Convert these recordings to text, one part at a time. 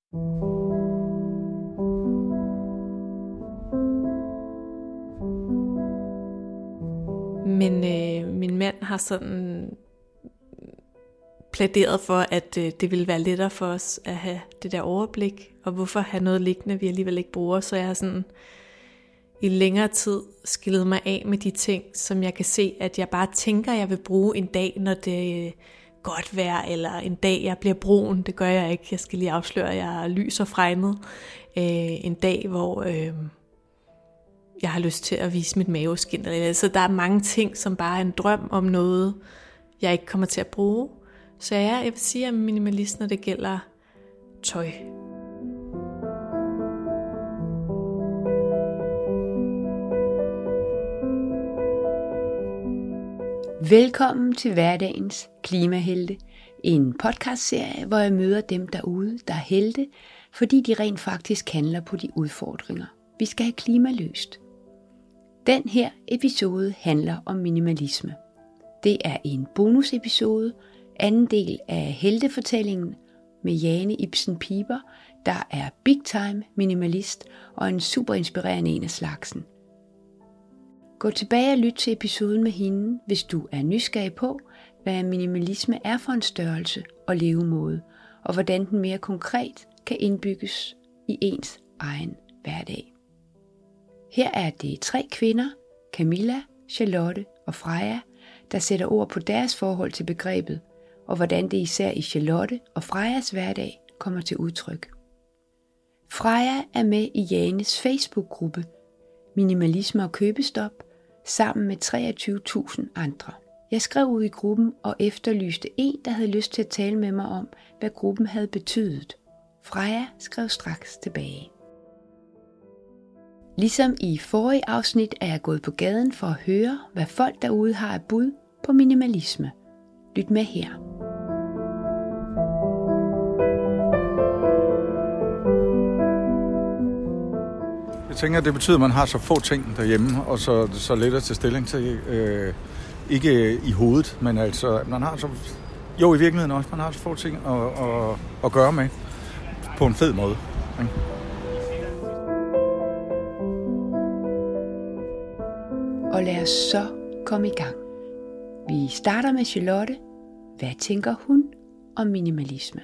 Men min mand har sådan plæderet for, at det ville være lettere for os at have det der overblik, og hvorfor have noget liggende, vi alligevel ikke bruger. Så jeg har sådan i længere tid skilt mig af med de ting, som jeg kan se, at jeg bare tænker, jeg vil bruge en dag, når det er godt vejr, eller en dag, jeg bliver brun. Det gør jeg ikke. Jeg skal lige afsløre, at jeg er lys og fregnet. En dag, hvor jeg har lyst til at vise mit maveskin. Så der er mange ting, som bare er en drøm om noget, jeg ikke kommer til at bruge. Så ja, jeg vil sige, at jeg er minimalist, når det gælder tøj. Velkommen til Hverdagens Klimahelte, en podcastserie, hvor jeg møder dem derude, der er helte, fordi de rent faktisk handler på de udfordringer, vi skal have klimaløst. Den her episode handler om minimalisme. Det er en bonusepisode, anden del af heltefortællingen med Jane Ibsen Piber, der er big time minimalist og en super inspirerende en af slagsen. Gå tilbage og lyt til episoden med hende, hvis du er nysgerrig på, hvad minimalisme er for en størrelse og levemåde, og hvordan den mere konkret kan indbygges i ens egen hverdag. Her er det 3 kvinder, Camilla, Charlotte og Freja, der sætter ord på deres forhold til begrebet, og hvordan det især i Charlotte og Frejas hverdag kommer til udtryk. Freja er med i Janes Facebook-gruppe Minimalisme og Købestop, sammen med 23.000 andre. Jeg skrev ud i gruppen og efterlyste en, der havde lyst til at tale med mig om, hvad gruppen havde betydet. Freja skrev straks tilbage. Ligesom i forrige afsnit er jeg gået på gaden for at høre, hvad folk derude har af bud på minimalisme. Lyt med her. Jeg tænker, at det betyder, at man har så få ting derhjemme, og så let at tage stilling til. Ikke i hovedet, men altså, man har så... Jo, i virkeligheden også. Man har så få ting at gøre med på en fed måde. Ikke? Og lad os så komme i gang. Vi starter med Charlotte. Hvad tænker hun om minimalisme?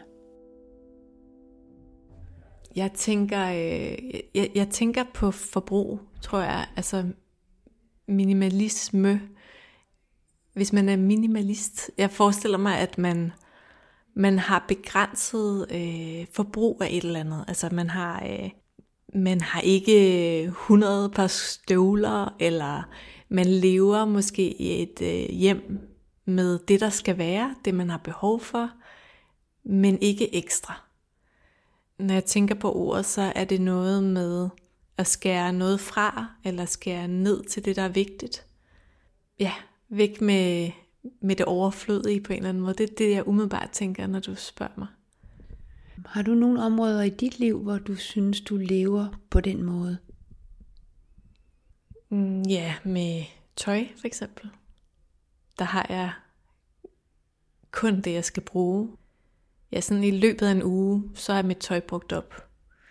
Jeg tænker på forbrug, tror jeg. Altså minimalisme. Hvis man er minimalist, jeg forestiller mig, at man har begrænset forbrug af et eller andet. Altså man har ikke 100 par støvler, eller man lever måske i et hjem med det, der skal være, det man har behov for, men ikke ekstra. Når jeg tænker på ordet, så er det noget med at skære noget fra, eller skære ned til det, der er vigtigt. Ja, væk med det overflødige på en eller anden måde. Det er det, jeg umiddelbart tænker, når du spørger mig. Har du nogle områder i dit liv, hvor du synes, du lever på den måde? Ja, med tøj for eksempel. Der har jeg kun det, jeg skal bruge. Ja, sådan i løbet af en uge, så er mit tøj brugt op.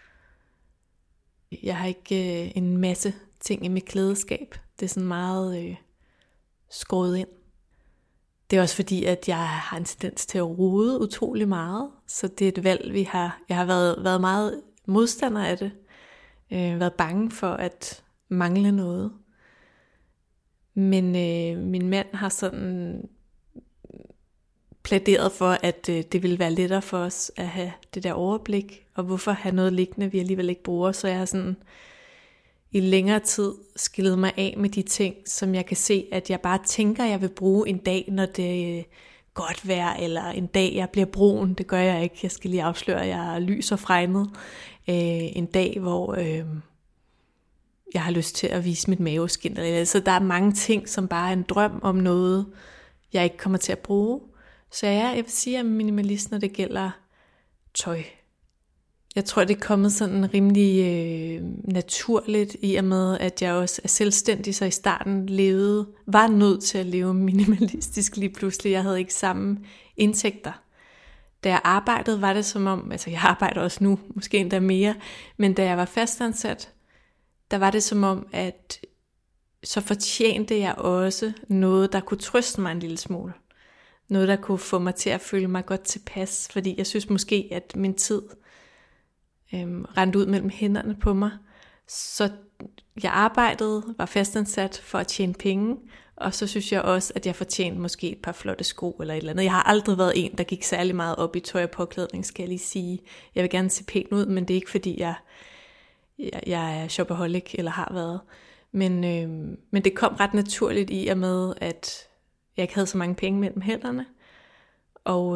Jeg har ikke en masse ting i mit klædeskab. Det er sådan meget skåret ind. Det er også fordi, at jeg har en tendens til at rode utrolig meget. Så det er et valg, vi har. Jeg har været meget modstander af det. Været bange for at mangle noget. Men min mand har sådan plæderet for, at det ville være lettere for os at have det der overblik, og hvorfor have noget liggende, vi alligevel ikke bruger. Så jeg har sådan i længere tid skilt mig af med de ting, som jeg kan se, at jeg bare tænker, jeg vil bruge en dag, når det er godt vejr, eller en dag, jeg bliver brun. Det gør jeg ikke. Jeg skal lige afsløre, at jeg er lys og fregnet. En dag, hvor jeg har lyst til at vise mit maveskin. Så der er mange ting, som bare er en drøm om noget, jeg ikke kommer til at bruge. Så ja, jeg vil sige, at jeg er minimalist, når det gælder tøj. Jeg tror, det er kommet sådan rimelig naturligt i og med, at jeg også er selvstændig, så i starten var nødt til at leve minimalistisk lige pludselig. Jeg havde ikke samme indtægter. Da jeg arbejdede, var det som om, altså jeg arbejder også nu, måske endda mere, men da jeg var fastansat, der var det som om, at så fortjente jeg også noget, der kunne trøste mig en lille smule. Noget, der kunne få mig til at føle mig godt tilpas, fordi jeg synes måske, at min tid rendte ud mellem hænderne på mig. Så jeg arbejdede, var fastansat for at tjene penge, og så synes jeg også, at jeg fortjente måske et par flotte sko eller et eller andet. Jeg har aldrig været en, der gik særlig meget op i tøj og påklædning, skal jeg lige sige. Jeg vil gerne se pæn ud, men det er ikke fordi, jeg er shopaholic eller har været. Men det kom ret naturligt i og med, at jeg ikke havde så mange penge mellem hænderne. Og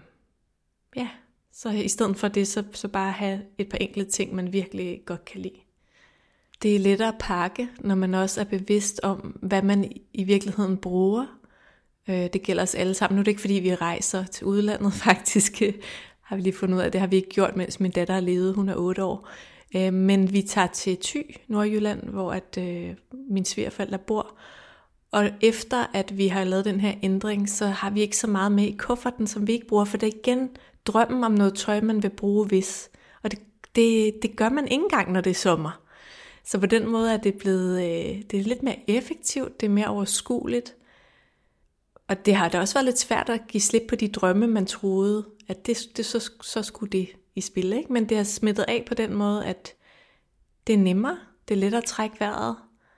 så i stedet for det, så bare have et par enkelte ting, man virkelig godt kan lide. Det er lettere at pakke, når man også er bevidst om, hvad man i virkeligheden bruger. Det gælder os alle sammen. Nu er det ikke, fordi vi rejser til udlandet, faktisk har vi lige fundet ud af. Det har vi ikke gjort, mens min datter har levet. Hun er 8 år. Men vi tager til Thy, Nordjylland, hvor at mine svigerforældre bor. Og efter at vi har lavet den her ændring, så har vi ikke så meget med i kufferten, som vi ikke bruger. For det er igen drømmen om noget tøj, man vil bruge hvis. Og det gør man ikke engang, når det er sommer. Så på den måde er det blevet det er lidt mere effektivt, det er mere overskueligt. Og det har da også været lidt svært at give slip på de drømme, man troede, at det så skulle det i spil, ikke? Men det har smittet af på den måde, at det er nemmere, det er lettere at trække vejret.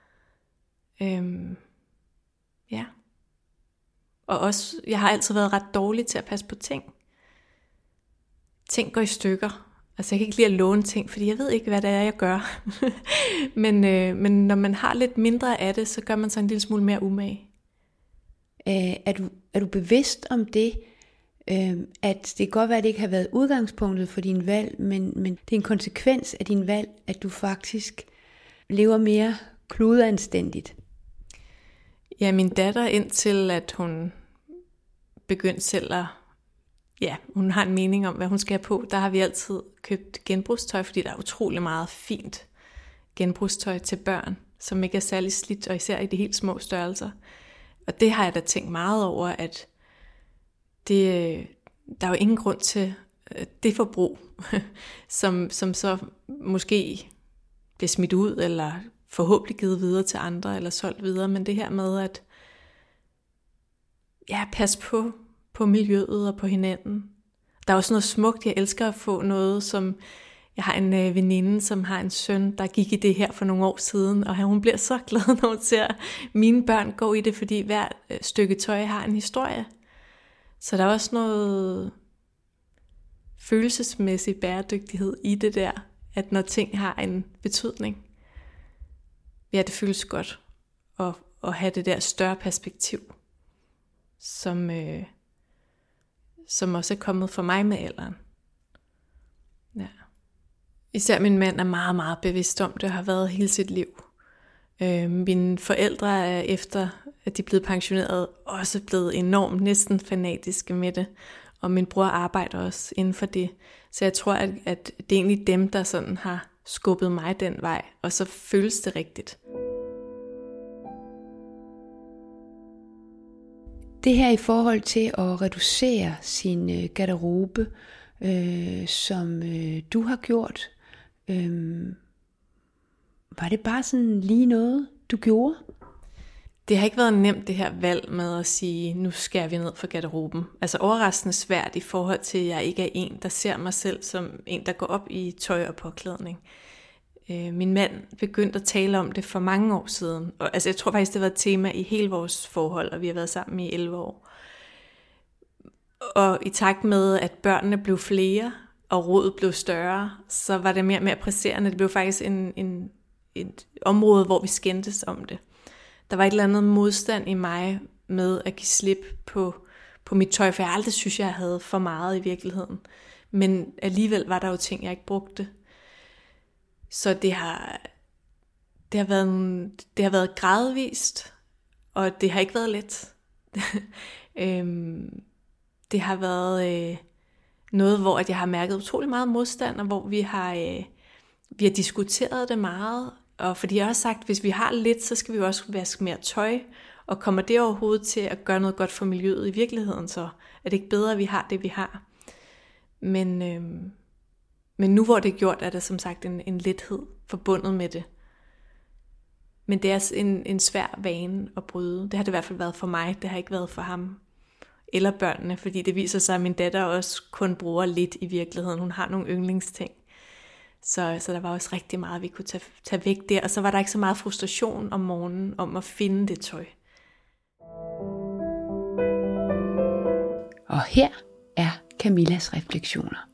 Ja. Og også, jeg har altid været ret dårlig til at passe på ting. Ting går i stykker. Altså jeg kan ikke lide at låne ting, fordi jeg ved ikke, hvad det er, jeg gør. men når man har lidt mindre af det, så gør man sig en lille smule mere umage. Er du bevidst om det, at det kan godt være, at det ikke har været udgangspunktet for din valg, men det er en konsekvens af din valg, at du faktisk lever mere kludeanstændigt? Ja, min datter, indtil at hun begyndte selv at, hun har en mening om, hvad hun skal have på, der har vi altid købt genbrugstøj, fordi der er utrolig meget fint genbrugstøj til børn, som ikke er særlig slidt, og især i de helt små størrelser. Og det har jeg da tænkt meget over, at der er jo ingen grund til det forbrug, som så måske bliver smidt ud, eller forhåbentlig givet videre til andre, eller solgt videre. Men det her med at passe på miljøet og på hinanden. Der er også noget smukt. Jeg elsker at få noget, som jeg har en veninde, som har en søn, der gik i det her for nogle år siden, og hun bliver så glad, når hun ser mine børn gå i det, fordi hver stykke tøj har en historie. Så der er også noget følelsesmæssig bæredygtighed i det der, at når ting har en betydning. Ja, det føles godt at have det der større perspektiv, som også er kommet for mig med alderen. Ja. Især min mand er meget, meget bevidst om det, og har været hele sit liv. Mine forældre er efter, at de er blevet pensioneret, også blevet enormt næsten fanatiske med det. Og min bror arbejder også inden for det. Så jeg tror, at det er egentlig dem, der sådan har skubbet mig den vej, og så føles det rigtigt. Det her i forhold til at reducere sin garderobe, som du har gjort, var det bare sådan lige noget, du gjorde? Det har ikke været nemt det her valg med at sige, nu skærer vi ned for garderoben. Altså overraskende svært i forhold til, at jeg ikke er en, der ser mig selv som en, der går op i tøj og påklædning. Min mand begyndte at tale om det for mange år siden. Og, altså jeg tror faktisk, det var et tema i hele vores forhold, og vi har været sammen i 11 år. Og i takt med, at børnene blev flere, og rodet blev større, så var det mere og mere presserende. Det blev faktisk et område, hvor vi skændtes om det. Der var et eller andet modstand i mig med at give slip på mit tøj, for jeg aldrig synes, jeg havde for meget i virkeligheden. Men alligevel var der jo ting, jeg ikke brugte. Så det har været gradvist, og det har ikke været let. Det har været noget, hvor jeg har mærket utrolig meget modstand, og hvor vi har diskuteret det meget. Og fordi jeg har sagt, at hvis vi har lidt, så skal vi jo også vaske mere tøj. Og kommer det overhovedet til at gøre noget godt for miljøet i virkeligheden, så er det ikke bedre, at vi har det, vi har. Men nu hvor det er gjort, er der som sagt en lethed forbundet med det. Men det er en svær vane at bryde. Det har det i hvert fald været for mig. Det har ikke været for ham eller børnene, fordi det viser sig, at min datter også kun bruger lidt i virkeligheden. Hun har nogle yndlingsting. Så der var også rigtig meget, vi kunne tage væk der. Og så var der ikke så meget frustration om morgenen om at finde det tøj. Og her er Camillas refleksioner.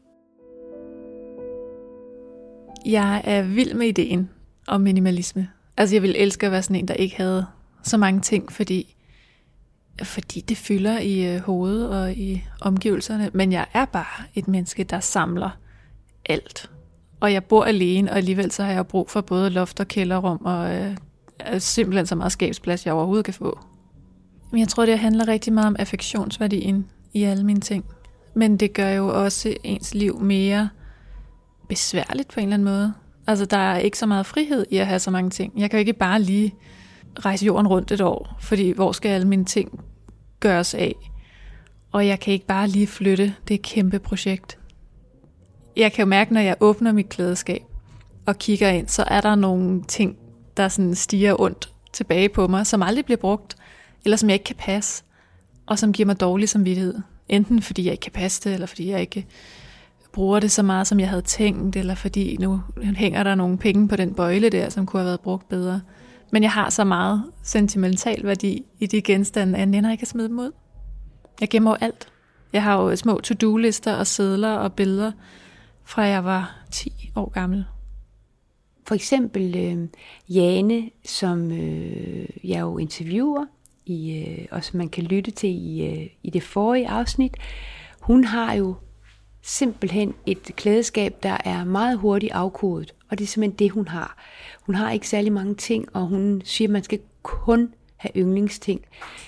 Jeg er vild med ideen om minimalisme. Altså jeg ville elske at være sådan en, der ikke havde så mange ting, fordi det fylder i hovedet og i omgivelserne. Men jeg er bare et menneske, der samler alt. Og jeg bor alene, og alligevel så har jeg brug for både loft og kælderrum, og simpelthen så meget skabsplads, jeg overhovedet kan få. Men jeg tror, det handler rigtig meget om affektionsværdien i alle mine ting. Men det gør jo også ens liv mere besværligt på en eller anden måde. Altså, der er ikke så meget frihed i at have så mange ting. Jeg kan jo ikke bare lige rejse jorden rundt et år, fordi hvor skal alle mine ting gøres af? Og jeg kan ikke bare lige flytte. Det er et kæmpe projekt. Jeg kan jo mærke, når jeg åbner mit klædeskab og kigger ind, så er der nogle ting, der sådan stiger ondt tilbage på mig, som aldrig bliver brugt, eller som jeg ikke kan passe, og som giver mig dårlig samvittighed. Enten fordi jeg ikke kan passe det, eller fordi jeg ikke bruger det så meget, som jeg havde tænkt, eller fordi nu hænger der nogle penge på den bøjle der, som kunne have været brugt bedre. Men jeg har så meget sentimental værdi i de genstande, at jeg nænder ikke at smide dem ud. Jeg gemmer jo alt. Jeg har jo små to-do-lister og sedler og billeder, fra jeg var 10 år gammel. For eksempel Jane, som jeg jo interviewer, og som man kan lytte til i det forrige afsnit. Hun har jo simpelthen et klædeskab, der er meget hurtigt afkodet, og det er simpelthen det, hun har. Hun har ikke særlig mange ting, og hun siger, at man skal kun have yndlingsting.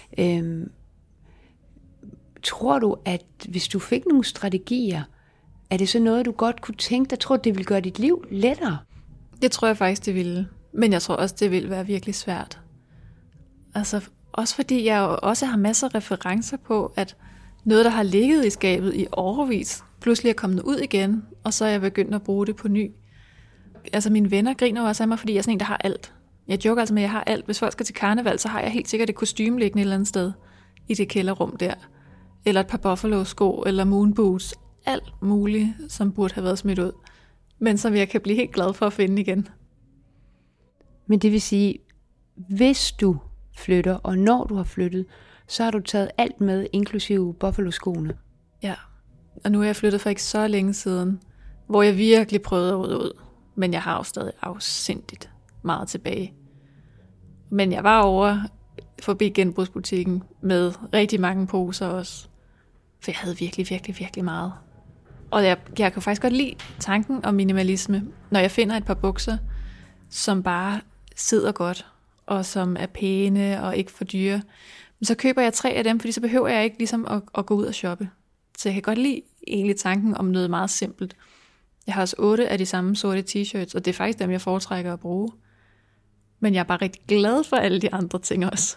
Tror du, at hvis du fik nogle strategier, er det så noget, du godt kunne tænke dig? Tror du, det ville gøre dit liv lettere? Det tror jeg faktisk, det ville. Men jeg tror også, det ville være virkelig svært. Altså, også fordi jeg jo også har masser af referencer på, at noget, der har ligget i skabet i årevis, pludselig er kommet ud igen, og så er jeg begyndt at bruge det på ny. Altså, mine venner griner også af mig, fordi jeg er sådan en, der har alt. Jeg joker altså med, at jeg har alt. Hvis folk skal til karneval, så har jeg helt sikkert et kostume liggende et eller andet sted i det kælderrum der. Eller et par Buffalo-sko, eller moonboots. Alt muligt, som burde have været smidt ud. Men som jeg kan blive helt glad for at finde igen. Men det vil sige, hvis du flytter, og når du har flyttet, så har du taget alt med, inklusive Buffalo-skoene. Ja, og nu er jeg flyttet for ikke så længe siden, hvor jeg virkelig prøvede at rydde ud. Men jeg har jo stadig afsindigt meget tilbage. Men jeg var over forbi genbrugsbutikken med rigtig mange poser også. For jeg havde virkelig, virkelig, virkelig meget. Og jeg kan faktisk godt lide tanken om minimalisme, når jeg finder et par bukser, som bare sidder godt, og som er pæne og ikke for dyre. Men så køber jeg 3 af dem, fordi så behøver jeg ikke ligesom at gå ud og shoppe. Så jeg kan godt lide egentlig tanken om noget meget simpelt. Jeg har også 8 af de samme sorte t-shirts, og det er faktisk dem, jeg foretrækker at bruge. Men jeg er bare rigtig glad for alle de andre ting også.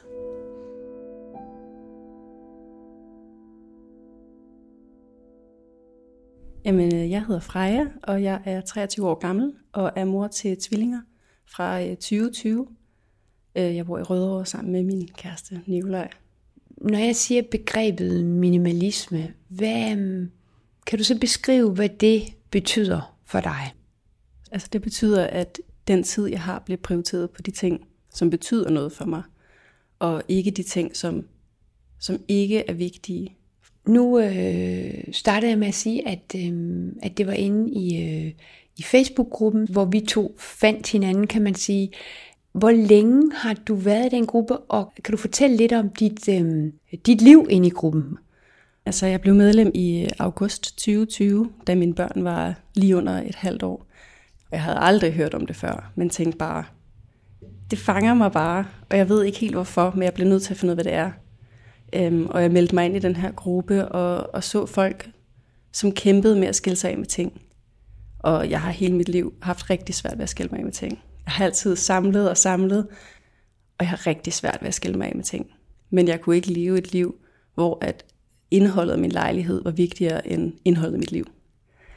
Jamen, jeg hedder Freja, og jeg er 23 år gammel, og er mor til tvillinger fra 2020. Jeg bor i Rødovre sammen med min kæreste Nikolaj. Når jeg siger begrebet minimalisme, kan du så beskrive, hvad det betyder for dig? Altså det betyder, at den tid, jeg har, bliver prioriteret på de ting, som betyder noget for mig, og ikke de ting, som ikke er vigtige. Nu startede jeg med at sige, at det var inde i Facebook-gruppen, hvor vi to fandt hinanden, kan man sige. Hvor længe har du været i den gruppe, og kan du fortælle lidt om dit liv inde i gruppen? Altså, jeg blev medlem i august 2020, da mine børn var lige under et halvt år. Jeg havde aldrig hørt om det før, men tænkte bare, det fanger mig bare, og jeg ved ikke helt hvorfor, men jeg blev nødt til at finde ud af, hvad det er. Og jeg meldte mig ind i den her gruppe, og så folk, som kæmpede med at skille sig af med ting. Og jeg har hele mit liv haft rigtig svært ved at skille mig af med ting. Jeg har altid samlet, og jeg har rigtig svært ved at skille mig af med ting. Men jeg kunne ikke leve et liv, hvor at indholdet af min lejlighed var vigtigere end indholdet af mit liv.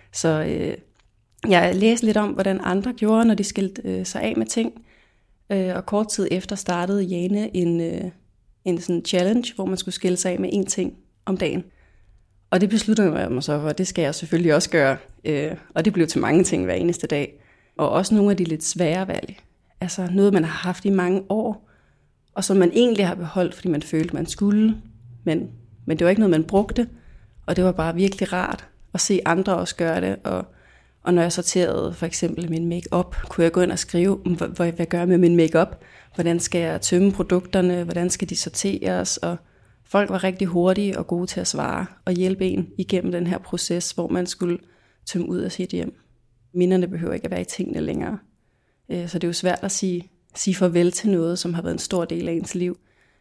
Så jeg læste lidt om, hvordan andre gjorde, når de skilte sig af med ting. Og kort tid efter startede Jane en sådan challenge, hvor man skulle skille sig af med 1 ting om dagen. Og det besluttede jeg mig så for, det skal jeg selvfølgelig også gøre. Og det blev til mange ting hver eneste dag. Og også nogle af de lidt svære valg. Altså noget, man har haft i mange år, og som man egentlig har beholdt, fordi man følte, man skulle. Men det var ikke noget, man brugte. Og det var bare virkelig rart at se andre også gøre det. Og når jeg sorterede for eksempel min make-up, kunne jeg gå ind og skrive, hvad gør jeg med min make-up? Hvordan skal jeg tømme produkterne? Hvordan skal de sorteres? Og folk var rigtig hurtige og gode til at svare og hjælpe en igennem den her proces, hvor man skulle tømme ud af sit hjem. Minderne behøver ikke at være i tingene længere. Så det er jo svært at sige farvel til noget, som har været en stor del af ens liv.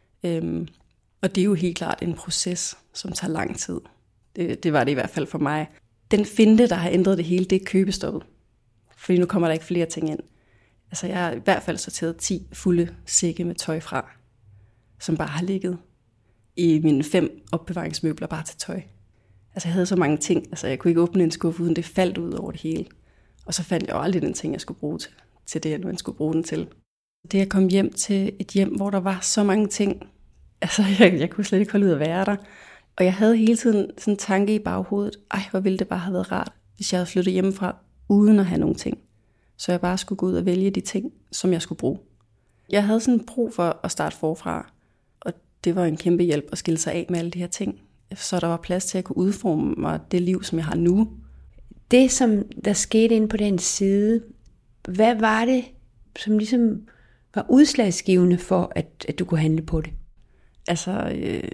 Og det er jo helt klart en proces, som tager lang tid. Det var det i hvert fald for mig. Den finte, der har ændret det hele, det er købestoppet. Fordi nu kommer der ikke flere ting ind. Altså jeg har i hvert fald sorteret 10 fulde sække med tøj fra, som bare har ligget i mine 5 opbevaringsmøbler bare til tøj. Altså jeg havde så mange ting, altså jeg kunne ikke åbne en skuffe, uden det faldt ud over det hele. Og så fandt jeg jo aldrig den ting, jeg skulle bruge til det, jeg nu skulle bruge den til. Det at komme hjem til et hjem, hvor der var så mange ting, altså jeg kunne slet ikke holde ud at være der. Og jeg havde hele tiden sådan en tanke i baghovedet, hvor ville det bare have været rart, hvis jeg havde flyttet hjemmefra, uden at have nogen ting. Så jeg bare skulle gå ud og vælge de ting, som jeg skulle bruge. Jeg havde sådan brug for at starte forfra, og det var en kæmpe hjælp at skille sig af med alle de her ting. Så der var plads til at kunne udforme mig det liv, som jeg har nu. Det, som der skete inde på den side, hvad var det, som ligesom var udslagsgivende for, at du kunne handle på det? Altså,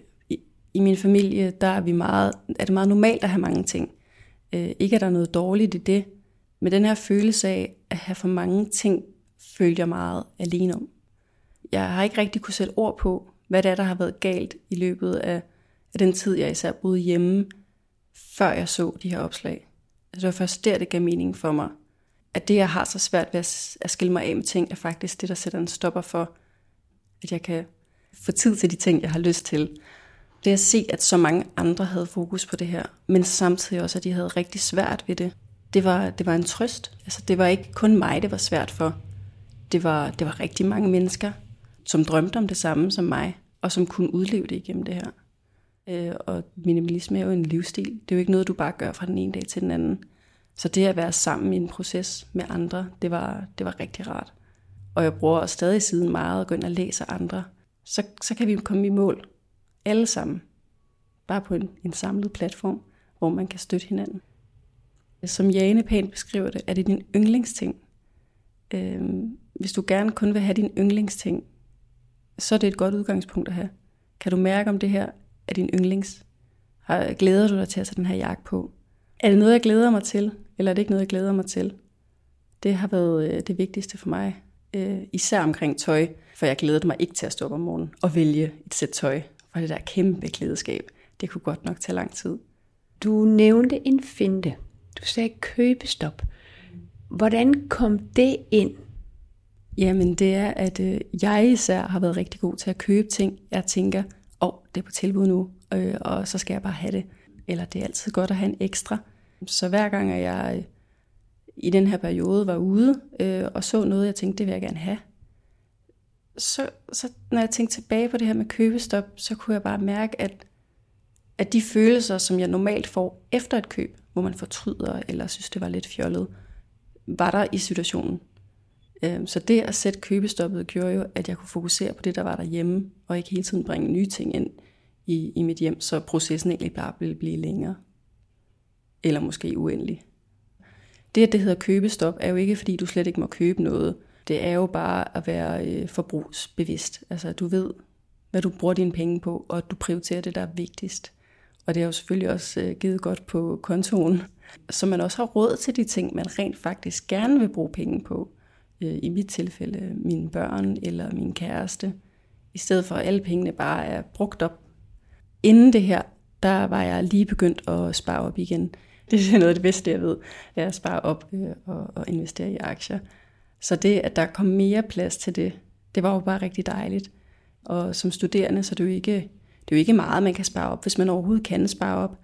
i min familie, der er det meget normalt at have mange ting. Ikke at der er noget dårligt i det, men den her følelse af at have for mange ting, følte jeg meget alene om. Jeg har ikke rigtig kunne sætte ord på, hvad det er, der har været galt i løbet af den tid, jeg især boede hjemme, før jeg så de her opslag. Altså, det var først der, det gav mening for mig, at det, jeg har så svært ved at skille mig af med ting, er faktisk det, der sætter en stopper for, at jeg kan få tid til de ting, jeg har lyst til. Det at se, at så mange andre havde fokus på det her, men samtidig også, at de havde rigtig svært ved det. Det var en trøst. Altså, det var ikke kun mig, det var svært for. Det var rigtig mange mennesker, som drømte om det samme som mig, og som kunne udleve det igennem det her. Og minimalisme er jo en livsstil. Det er jo ikke noget, du bare gør fra den ene dag til den anden. Så det at være sammen i en proces med andre, det var rigtig rart. Og jeg bruger også stadig siden meget at gå ind og læse andre. Så kan vi komme i mål. Alle sammen. Bare på en samlet platform, hvor man kan støtte hinanden. Som Jane pænt beskriver det, er det din yndlingsting. Hvis du gerne kun vil have din yndlingsting, så er det et godt udgangspunkt at have. Kan du mærke, om det her er din yndlings? Glæder du dig til at tage den her jakke på? Er det noget, jeg glæder mig til, eller er det ikke noget, jeg glæder mig til? Det har været det vigtigste for mig, især omkring tøj, for jeg glædede mig ikke til at stå op om morgenen og vælge et sæt tøj fra det der kæmpe klædeskab. Det kunne godt nok tage lang tid. Du nævnte en finte. Du sagde købestop. Hvordan kom det ind? Jamen det er, at jeg især har været rigtig god til at købe ting. Jeg tænker, det er på tilbud nu, og så skal jeg bare have det. Eller det er altid godt at have en ekstra. Så hver gang jeg i den her periode var ude og så noget, jeg tænkte, det vil jeg gerne have. Så når jeg tænkte tilbage på det her med købestop, så kunne jeg bare mærke, at de følelser, som jeg normalt får efter et køb, hvor man fortryder eller synes, det var lidt fjollet, var der i situationen. Så det at sætte købestoppet gjorde jo, at jeg kunne fokusere på det, der var derhjemme, og ikke hele tiden bringe nye ting ind i mit hjem, så processen egentlig bare ville blive længere. Eller måske uendelig. Det, at det hedder købestop, er jo ikke, fordi du slet ikke må købe noget. Det er jo bare at være forbrugsbevidst. Altså, at du ved, hvad du bruger dine penge på, og at du prioriterer det, der er vigtigst. Og det er jo selvfølgelig også givet godt på kontoen, så man også har råd til de ting, man rent faktisk gerne vil bruge penge på. I mit tilfælde mine børn eller min kæreste. I stedet for at alle pengene bare er brugt op. Inden det her, der var jeg lige begyndt at spare op igen. Det er noget af det bedste, jeg ved, er at spare op og investere i aktier. Så det, at der kom mere plads til det, det var jo bare rigtig dejligt. Og som studerende, så er det jo ikke meget, man kan spare op, hvis man overhovedet kan spare op.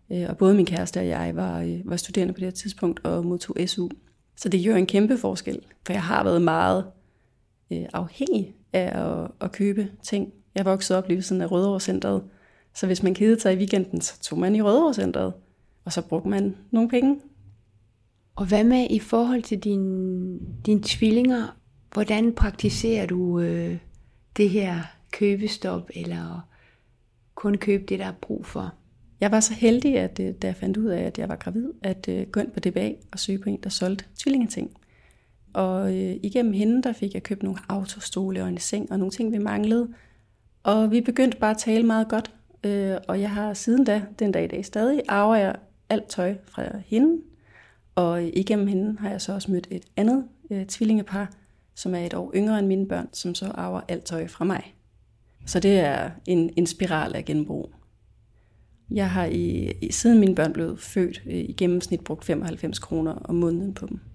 Og både min kæreste og jeg var studerende på det her tidspunkt og modtog SU. Så det gjorde en kæmpe forskel, for jeg har været meget afhængig af at købe ting. Jeg voksede op lige siden af Rødovre-centret, så hvis man kedede sig i weekenden, så tog man i Rødovre-centret, og så brugte man nogle penge. Og hvad med i forhold til dine tvillinger? Hvordan praktiserer du det her købestop, eller kun købe det, der er brug for? Jeg var så heldig, at da jeg fandt ud af, at jeg var gravid, at gå ind på DBA og søge på en, der solgte tvillingeting. Og igennem hende, der fik jeg købt nogle autostole og en seng og nogle ting, vi manglede. Og vi begyndte bare at tale meget godt. Og jeg har siden da, den dag i dag stadig, arver jeg alt tøj fra hende. Og igennem hende har jeg så også mødt et andet tvillingepar, som er et år yngre end mine børn, som så arver alt tøj fra mig. Så det er en spiral af genbrug. Jeg har siden mine børn blev født i gennemsnit brugt 95 kroner om måneden på dem.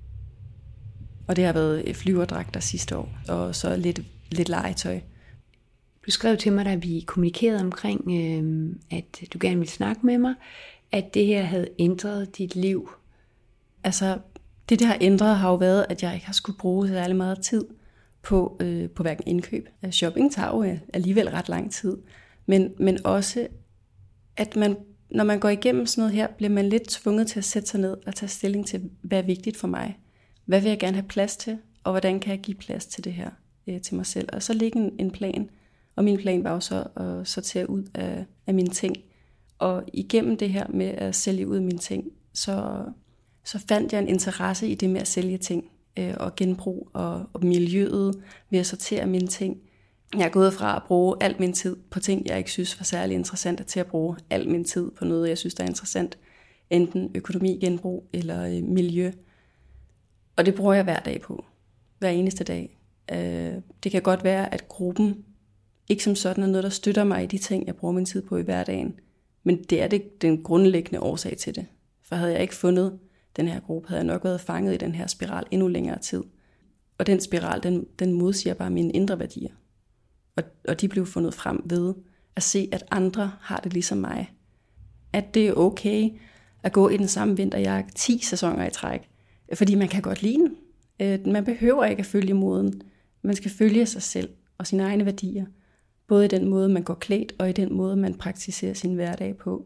Og det har været flyverdragter sidste år, og så lidt legetøj. Du skrev til mig, da vi kommunikerede omkring, at du gerne ville snakke med mig, at det her havde ændret dit liv. Altså, det har ændret har jo været, at jeg ikke har skulle bruge særlig meget tid på hverken indkøb. Shopping tager jo alligevel ret lang tid, men også, at når man går igennem sådan noget her, bliver man lidt tvunget til at sætte sig ned og tage stilling til, hvad er vigtigt for mig. Hvad vil jeg gerne have plads til, og hvordan kan jeg give plads til det her til mig selv. Og så ligge en plan, og min plan var jo så at sortere ud af mine ting. Og igennem det her med at sælge ud af mine ting, så fandt jeg en interesse i det med at sælge ting og genbrug og miljøet ved at sortere mine ting. Jeg er gået fra at bruge al min tid på ting, jeg ikke synes var særlig interessante, til at bruge al min tid på noget, jeg synes, der er interessant. Enten økonomi, genbrug eller miljø. Og det bruger jeg hver dag på. Hver eneste dag. Det kan godt være, at gruppen ikke som sådan er noget, der støtter mig i de ting, jeg bruger min tid på i hverdagen. Men det er den grundlæggende årsag til det. For havde jeg ikke fundet den her gruppe, havde jeg nok været fanget i den her spiral endnu længere tid. Og den spiral, den modsiger bare mine indre værdier. Og de blev fundet frem ved at se, at andre har det ligesom mig. At det er okay at gå i den samme vinterjakke 10 sæsoner i træk. Fordi man kan godt lide den. Man behøver ikke at følge moden. Man skal følge sig selv og sine egne værdier. Både i den måde, man går klædt, og i den måde, man praktiserer sin hverdag på.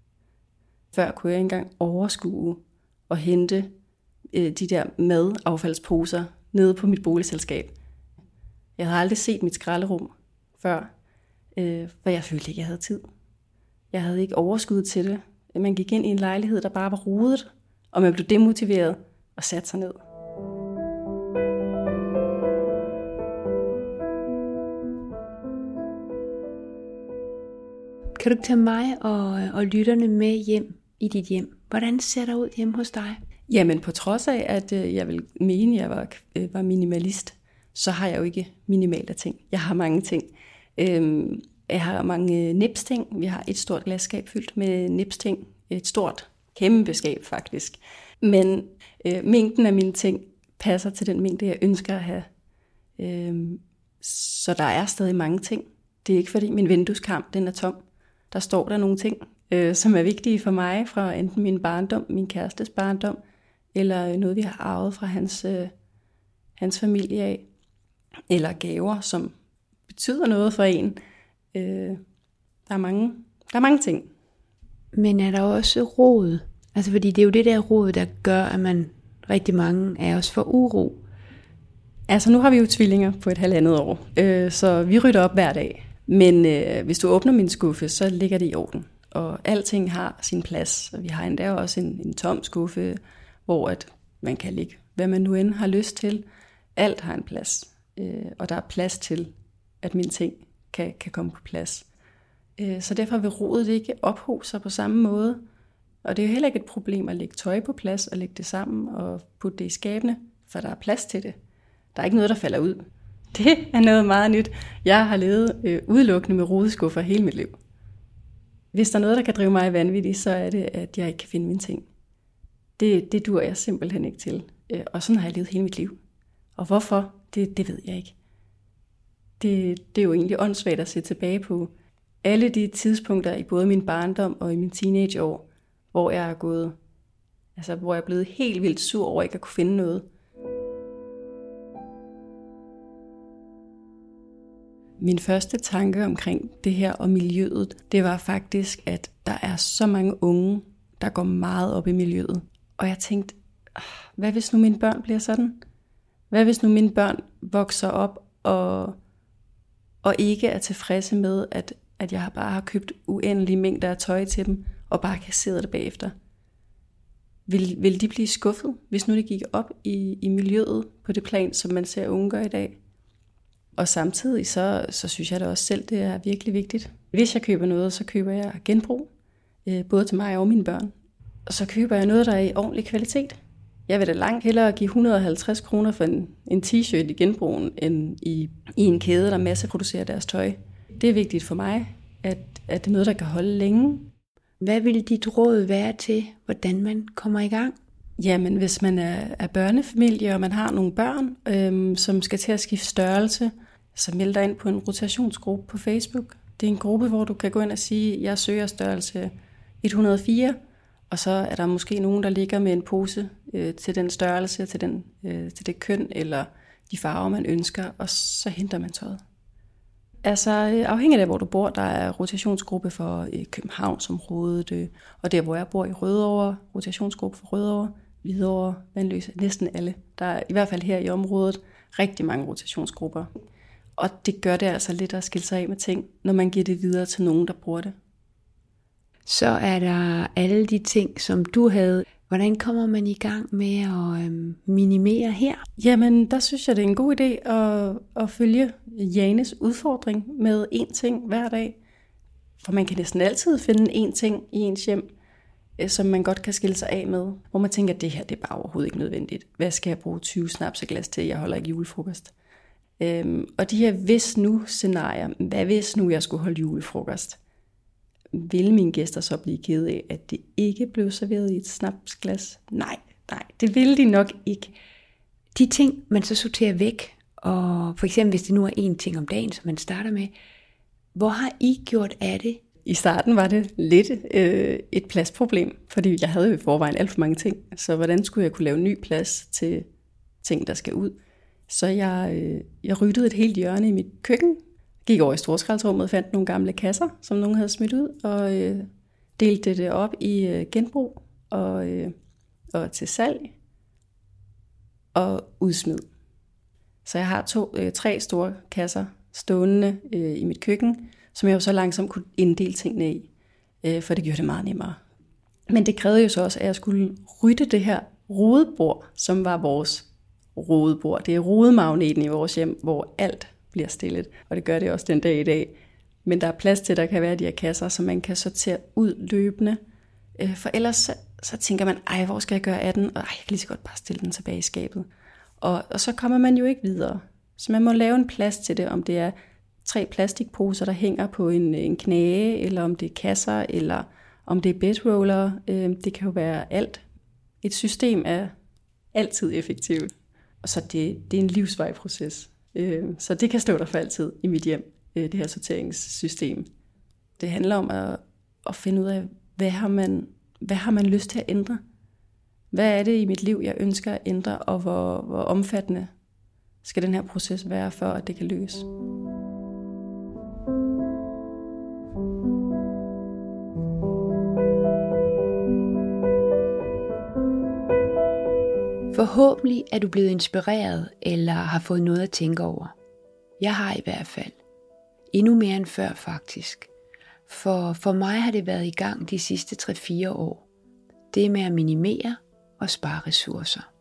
Før kunne jeg ikke engang overskue og hente de der madaffaldsposer nede på mit boligselskab. Jeg havde aldrig set mit skralderum før, for jeg følte ikke, jeg havde tid. Jeg havde ikke overskud til det. Man gik ind i en lejlighed, der bare var rodet, og man blev demotiveret og satte sig ned. Kan du tage mig og lytterne med hjem i dit hjem? Hvordan ser det ud hjemme hos dig? Jamen på trods af, at jeg vil mene, at jeg var minimalist, så har jeg jo ikke minimalt af ting. Jeg har mange ting. Jeg har mange nipsting. Vi har et stort glasskab fyldt med nipsting. Et stort, kæmpe skab faktisk. Men mængden af mine ting passer til den mængde, jeg ønsker at have. Så der er stadig mange ting. Det er ikke fordi min vindueskarm, den er tom. Der står der nogle ting, som er vigtige for mig, fra enten min barndom, min kærestes barndom, eller noget, vi har arvet fra hans familie af, eller gaver, som betyder noget for en. Der er mange ting. Men er der også rod? Altså fordi det er jo det der rod, der gør, at man rigtig mange af os får uro. Altså nu har vi jo tvillinger på et 1,5 år, så vi rydder op hver dag. Men hvis du åbner min skuffe, så ligger det i orden. Og alting har sin plads. Vi har endda også en tom skuffe, hvor at man kan lægge, hvad man nu end har lyst til. Alt har en plads. Og der er plads til, at mine ting kan komme på plads. Så derfor vil rodet ikke ophobe sig på samme måde. Og det er jo heller ikke et problem at lægge tøj på plads og lægge det sammen og putte det i skabene, for der er plads til det. Der er ikke noget, der falder ud. Det er noget meget nyt. Jeg har levet udelukkende med rodeskuffer hele mit liv. Hvis der er noget, der kan drive mig vanvittig, så er det, at jeg ikke kan finde mine ting. Det duer jeg simpelthen ikke til. Og sådan har jeg levet hele mit liv. Og hvorfor? Det ved jeg ikke. Det er jo egentlig åndssvagt at se tilbage på. alle de tidspunkter i både min barndom og i min teenageår, hvor jeg er blevet helt vildt sur over ikke at kunne finde noget. Min første tanke omkring det her og miljøet, det var faktisk, at der er så mange unge, der går meget op i miljøet. Og jeg tænkte, hvad hvis nu mine børn bliver sådan? Hvad hvis nu mine børn vokser op og ikke er tilfredse med, at jeg bare har købt uendelige mængder af tøj til dem, og bare kasseret det bagefter? Vil de blive skuffet, hvis nu det gik op i miljøet på det plan, som man ser unge gøre i dag? Og samtidig så synes jeg da også selv, det er virkelig vigtigt. Hvis jeg køber noget, så køber jeg genbrug, både til mig og mine børn. Og så køber jeg noget, der er i ordentlig kvalitet. Jeg vil da langt hellere give 150 kroner for en t-shirt i genbrugen, end i en kæde, der masseproducerer deres tøj. Det er vigtigt for mig, at det er noget, der kan holde længe. Hvad vil dit råd være til, hvordan man kommer i gang? Jamen, hvis man er børnefamilie, og man har nogle børn, som skal til at skifte størrelse, så meld dig ind på en rotationsgruppe på Facebook. Det er en gruppe, hvor du kan gå ind og sige, jeg søger størrelse 104, og så er der måske nogen, der ligger med en pose til den størrelse, til det køn, eller de farver, man ønsker, og så henter man tøjet. Altså afhængigt af, hvor du bor, der er rotationsgruppe for Københavnsområdet, og der, hvor jeg bor i Rødovre, rotationsgruppe for Rødovre, Hvidovre, Vandløse, næsten alle. Der er i hvert fald her i området rigtig mange rotationsgrupper. Og det gør det altså lidt at skille sig af med ting, når man giver det videre til nogen, der bruger det. Så er der alle de ting, som du havde. Hvordan kommer man i gang med at minimere her? Jamen, der synes jeg, det er en god idé at følge Janes udfordring med én ting hver dag. For man kan næsten altid finde én ting i ens hjem, som man godt kan skille sig af med. Hvor man tænker, at det her det er bare overhovedet ikke nødvendigt. Hvad skal jeg bruge 20 snapseglas til? Jeg holder ikke julefrokost. Og de her hvis nu scenarier, hvad hvis nu jeg skulle holde julefrokost? Vil mine gæster så blive ked af, at det ikke blev serveret i et snapsglas? Nej, det vil de nok ikke. De ting, man så sorterer væk, og for eksempel hvis det nu er én ting om dagen, som man starter med, hvor har I gjort af det? I starten var det lidt et pladsproblem, fordi jeg havde jo i forvejen alt for mange ting, så hvordan skulle jeg kunne lave ny plads til ting, der skal ud? Så jeg ryddede et helt hjørne i mit køkken, gik over i storskraldsrummet og fandt nogle gamle kasser, som nogen havde smidt ud, og delte det op i genbrug og til salg og udsmid. Så jeg har 3 store kasser stående i mit køkken, som jeg jo så langsomt kunne inddele tingene i, for det gjorde det meget nemmere. Men det krævede jo så også, at jeg skulle rydde det her rodebord, som var vores rodebord. Det er rodemagneten i vores hjem, hvor alt bliver stillet, og det gør det også den dag i dag. Men der er plads til, at der kan være de her kasser, som man kan sortere ud løbende. For ellers så tænker man, hvor skal jeg gøre af den? Og jeg kan lige så godt bare stille den tilbage i skabet. Og så kommer man jo ikke videre. Så man må lave en plads til det, om det er 3 plastikposer, der hænger på en knage, eller om det er kasser, eller om det er bedroller. Det kan jo være alt. Et system er altid effektivt. Og så det er en livsvej proces. Så det kan stå der for altid i mit hjem, det her sorteringssystem. Det handler om at finde ud af, hvad har man lyst til at ændre? Hvad er det i mit liv, jeg ønsker at ændre, og hvor omfattende skal den her proces være, for at det kan lykkes? Forhåbentlig er du blevet inspireret eller har fået noget at tænke over. Jeg har i hvert fald. Endnu mere end før faktisk. For mig har det været i gang de sidste 3-4 år. Det med at minimere og spare ressourcer.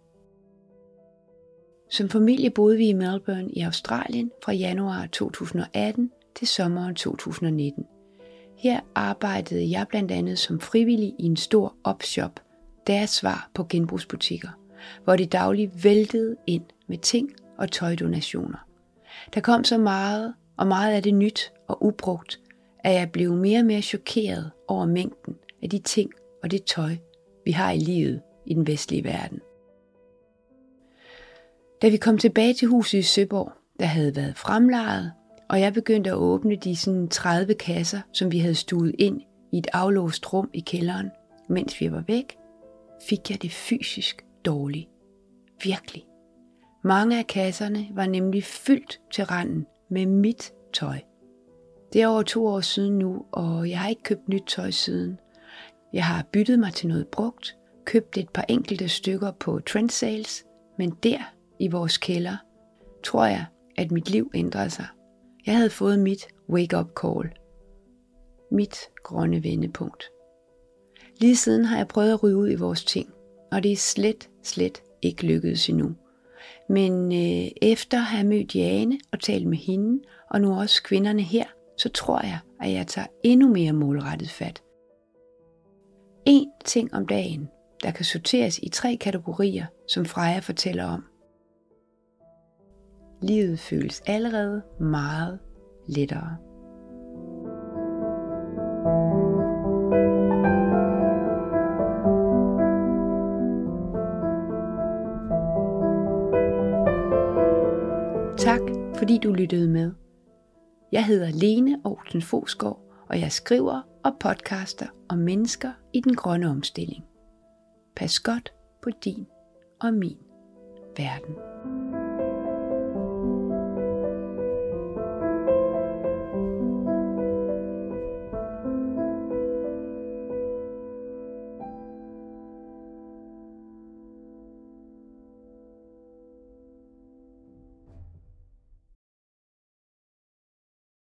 Som familie boede vi i Melbourne i Australien fra januar 2018 til sommeren 2019. Her arbejdede jeg blandt andet som frivillig i en stor opshop, deres svar på genbrugsbutikker, hvor det dagligt væltede ind med ting og tøjdonationer. Der kom så meget, og meget af det nyt og ubrugt, at jeg blev mere og mere chokeret over mængden af de ting og det tøj, vi har i livet i den vestlige verden. Da vi kom tilbage til huset i Søborg, der havde været fremlejet, Og jeg begyndte at åbne de sådan 30 kasser, som vi havde stuet ind i et aflåst rum i kælderen. Mens vi var væk, fik jeg det fysisk dårligt. Virkelig. Mange af kasserne var nemlig fyldt til randen med mit tøj. Det er over 2 år siden nu, og jeg har ikke købt nyt tøj siden. Jeg har byttet mig til noget brugt, købt et par enkelte stykker på Trendsales, men der i vores kælder, tror jeg, at mit liv ændrede sig. Jeg havde fået mit wake-up call. Mit grønne vendepunkt. Lige siden har jeg prøvet at rydde ud i vores ting, og det er slet ikke lykkedes endnu. Men efter at have mødt Jane og talt med hende, og nu også kvinderne her, så tror jeg, at jeg tager endnu mere målrettet fat. 1 ting om dagen, der kan sorteres i 3 kategorier, som Freja fortæller om. Livet føles allerede meget lettere. Tak fordi du lyttede med. Jeg hedder Lene Olsen Fosgaard, og jeg skriver og podcaster om mennesker i den grønne omstilling. Pas godt på din og min verden.